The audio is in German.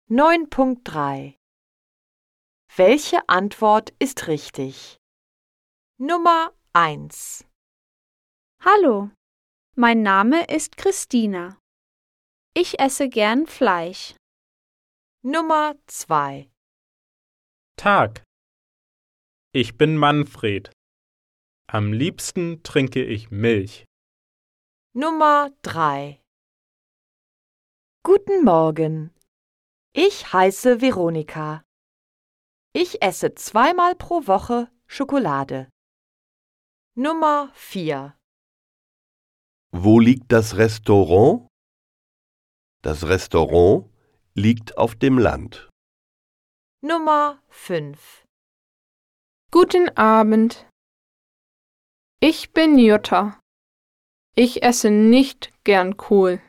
9.3 Welche Antwort ist richtig? Nummer 1 Hallo, mein Name ist Christina. Ich esse gern Fleisch. Nummer 2 Tag. Ich bin Manfred. Am liebsten trinke ich Milch. Nummer 3 Guten Morgen. Ich heiße Veronika. Ich esse 2-mal pro Woche Schokolade. Nummer 4 Wo liegt das Restaurant? Das Restaurant liegt auf dem Land. Nummer 5 Guten Abend. Ich bin Jutta. Ich esse nicht gern Kohl.